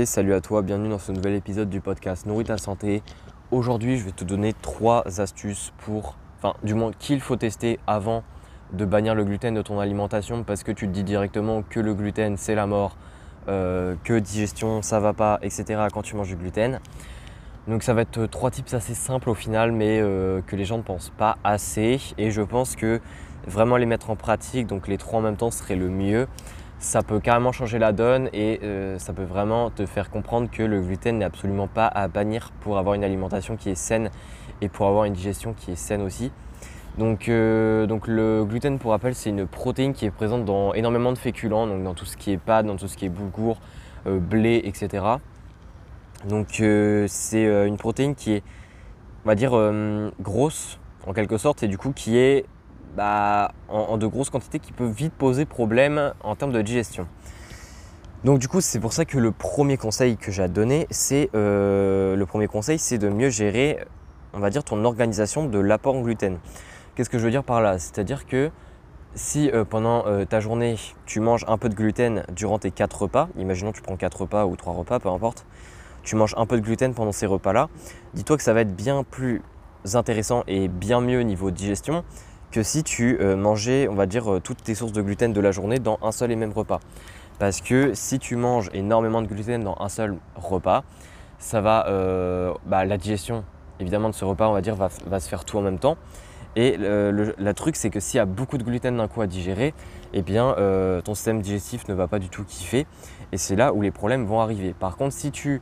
salut à toi, bienvenue dans ce nouvel épisode du podcast Nourris ta santé. Aujourd'hui, je vais te donner 3 astuces du moins qu'il faut tester avant de bannir le gluten de ton alimentation parce que tu te dis directement que le gluten c'est la mort, que digestion ça va pas, etc. quand tu manges du gluten. Donc ça va être 3 tips assez simples au final mais que les gens ne pensent pas assez et je pense que vraiment les mettre en pratique, donc les 3 en même temps serait le mieux. Ça peut carrément changer la donne et ça peut vraiment te faire comprendre que le gluten n'est absolument pas à bannir pour avoir une alimentation qui est saine et pour avoir une digestion qui est saine aussi. Donc le gluten, pour rappel, c'est une protéine qui est présente dans énormément de féculents, donc dans tout ce qui est pâtes, dans tout ce qui est boulgour, blé, etc. Donc c'est une protéine qui est, on va dire, grosse en quelque sorte et du coup qui est en de grosses quantités qui peut vite poser problème en termes de digestion. Donc du coup c'est pour ça que le premier conseil que j'ai à te donner c'est de mieux gérer, on va dire, ton organisation de l'apport en gluten. Qu'est-ce que je veux dire par là? C'est-à-dire que si pendant ta journée tu manges un peu de gluten durant tes 4 repas, imaginons tu prends 4 repas ou 3 repas, peu importe, tu manges un peu de gluten pendant ces repas-là, dis-toi que ça va être bien plus intéressant et bien mieux niveau digestion que si tu mangeais, on va dire, toutes tes sources de gluten de la journée dans un seul et même repas. Parce que si tu manges énormément de gluten dans un seul repas, ça va, la digestion évidemment de ce repas, on va dire, va se faire tout en même temps. Et le truc, c'est que s'il y a beaucoup de gluten d'un coup à digérer, eh bien, ton système digestif ne va pas du tout kiffer. Et c'est là où les problèmes vont arriver. Par contre, si tu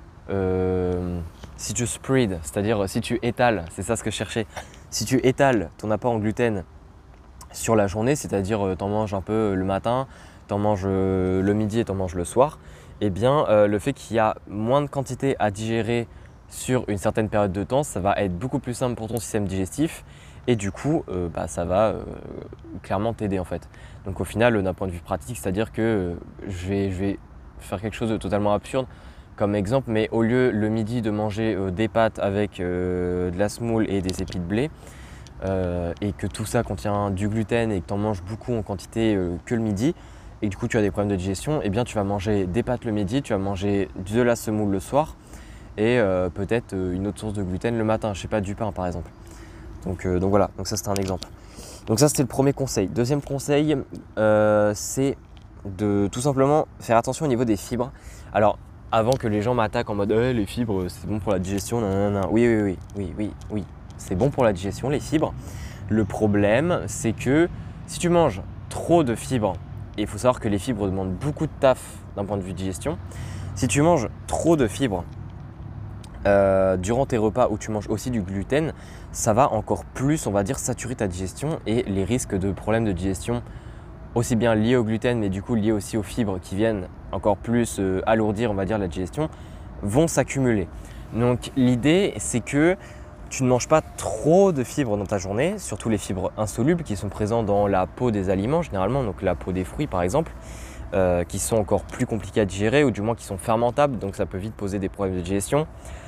spread, c'est-à-dire si tu étales, c'est ça ce que je cherchais, si tu étales ton apport en gluten sur la journée, c'est-à-dire tu en manges un peu le matin, tu en manges le midi et tu en manges le soir, eh bien le fait qu'il y a moins de quantité à digérer sur une certaine période de temps, ça va être beaucoup plus simple pour ton système digestif et du coup ça va clairement t'aider en fait. Donc au final, d'un point de vue pratique, c'est-à-dire que je vais faire quelque chose de totalement absurde comme exemple, mais au lieu le midi de manger des pâtes avec de la semoule et des épis de blé et que tout ça contient du gluten et que tu en manges beaucoup en quantité que le midi et que du coup tu as des problèmes de digestion, eh bien tu vas manger des pâtes le midi, tu vas manger de la semoule le soir et peut-être une autre source de gluten le matin, je sais pas, du pain par exemple. Donc voilà, donc ça c'était un exemple. Donc ça c'était le premier conseil. Deuxième conseil, c'est de tout simplement faire attention au niveau des fibres. Alors avant que les gens m'attaquent en mode les fibres c'est bon pour la digestion, nanana. Oui, c'est bon pour la digestion les fibres. Le problème c'est que si tu manges trop de fibres, et il faut savoir que les fibres demandent beaucoup de taf d'un point de vue digestion, si tu manges trop de fibres durant tes repas où tu manges aussi du gluten, ça va encore plus, on va dire, saturer ta digestion et les risques de problèmes de digestion aussi bien liés au gluten mais du coup liés aussi aux fibres qui viennent encore plus alourdir, on va dire, la digestion, vont s'accumuler. Donc l'idée c'est que tu ne manges pas trop de fibres dans ta journée, surtout les fibres insolubles qui sont présentes dans la peau des aliments généralement, donc la peau des fruits par exemple, qui sont encore plus compliquées à digérer ou du moins qui sont fermentables, donc ça peut vite poser des problèmes de digestion.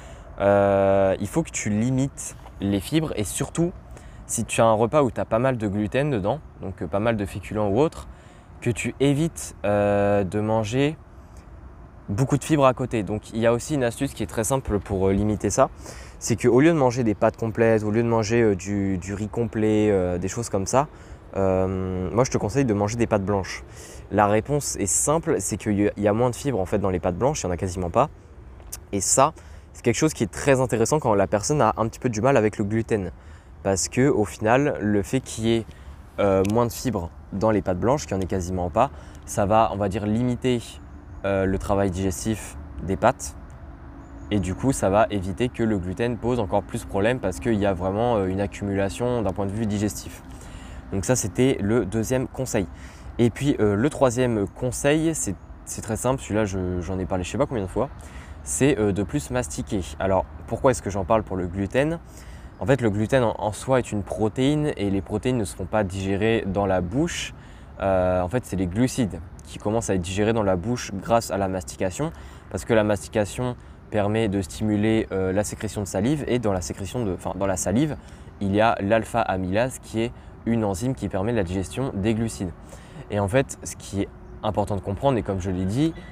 Il faut que tu limites les fibres et surtout si tu as un repas où tu as pas mal de gluten dedans, donc pas mal de féculents ou autres, que tu évites de manger beaucoup de fibres à côté. Donc il y a aussi une astuce qui est très simple pour limiter ça, c'est qu'au lieu de manger des pâtes complètes, au lieu de manger du riz complet, des choses comme ça, moi je te conseille de manger des pâtes blanches. La réponse est simple, c'est qu'il y a moins de fibres en fait dans les pâtes blanches, il n'y en a quasiment pas. Et ça, c'est quelque chose qui est très intéressant quand la personne a un petit peu du mal avec le gluten. Parce que au final, le fait qu'il y ait moins de fibres dans les pâtes blanches, qu'il n'y en ait quasiment pas, ça va, on va dire, limiter le travail digestif des pâtes. Et du coup, ça va éviter que le gluten pose encore plus de problème parce qu'il y a vraiment une accumulation d'un point de vue digestif. Donc ça, c'était le deuxième conseil. Et puis le troisième conseil, c'est très simple, celui-là j'en ai parlé je ne sais pas combien de fois, c'est de plus mastiquer. Alors pourquoi est-ce que j'en parle pour le gluten ? En fait, le gluten en soi est une protéine et les protéines ne se font pas digérer dans la bouche. En fait, c'est les glucides qui commencent à être digérés dans la bouche grâce à la mastication parce que la mastication permet de stimuler la sécrétion de salive et dans la salive, il y a l'alpha-amylase qui est une enzyme qui permet la digestion des glucides. Et en fait, ce qui est important de comprendre, et comme je l'ai dit,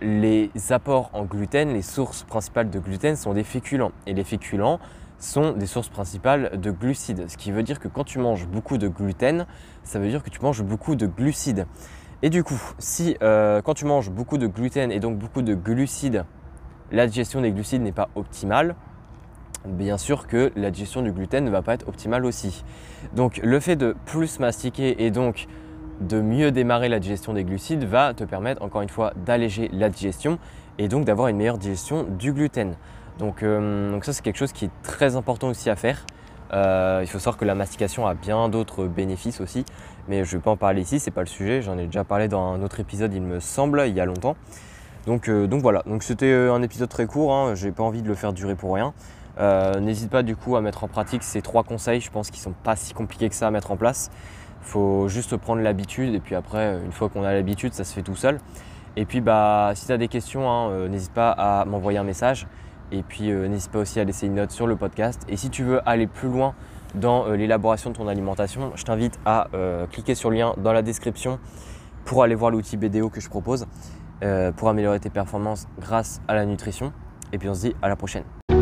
les apports en gluten, les sources principales de gluten sont des féculents. Et les féculents sont des sources principales de glucides. Ce qui veut dire que quand tu manges beaucoup de gluten, ça veut dire que tu manges beaucoup de glucides. Et du coup, si quand tu manges beaucoup de gluten et donc beaucoup de glucides, la digestion des glucides n'est pas optimale, bien sûr que la digestion du gluten ne va pas être optimale aussi. Donc le fait de plus mastiquer et donc de mieux démarrer la digestion des glucides va te permettre encore une fois d'alléger la digestion et donc d'avoir une meilleure digestion du gluten. Donc ça c'est quelque chose qui est très important aussi à faire. Il faut savoir que la mastication a bien d'autres bénéfices aussi, mais je ne vais pas en parler ici, c'est pas le sujet, j'en ai déjà parlé dans un autre épisode il me semble, il y a longtemps. Donc voilà, donc c'était un épisode très court, hein, j'ai pas envie de le faire durer pour rien. N'hésite pas du coup à mettre en pratique ces 3 conseils, je pense qu'ils sont pas si compliqués que ça à mettre en place. Il faut juste prendre l'habitude et puis après, une fois qu'on a l'habitude, ça se fait tout seul. Et puis si tu as des questions, hein, n'hésite pas à m'envoyer un message. Et puis n'hésite pas aussi à laisser une note sur le podcast. Et si tu veux aller plus loin dans l'élaboration de ton alimentation, je t'invite à cliquer sur le lien dans la description pour aller voir l'outil BDO que je propose pour améliorer tes performances grâce à la nutrition. Et puis on se dit à la prochaine.